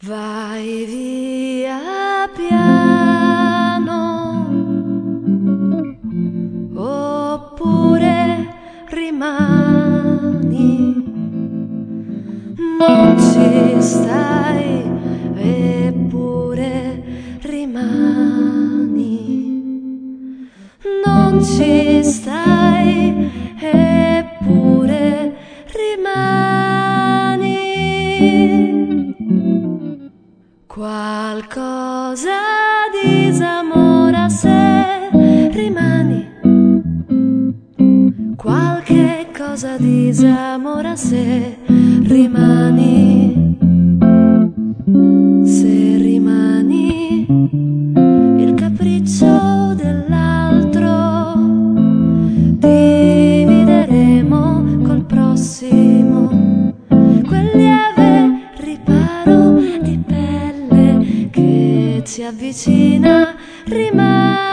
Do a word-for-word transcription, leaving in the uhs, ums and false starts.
Vai via piano, oppure rimani, non ci stai, eppure rimani, non ci stai, eppure rimani. Qualcosa disamora se rimani, qualche cosa disamora se rimani, se rimani, il capriccio dell'altro divideremo col prossimo, quel lieve riparo di pelle che ci avvicina, rimane.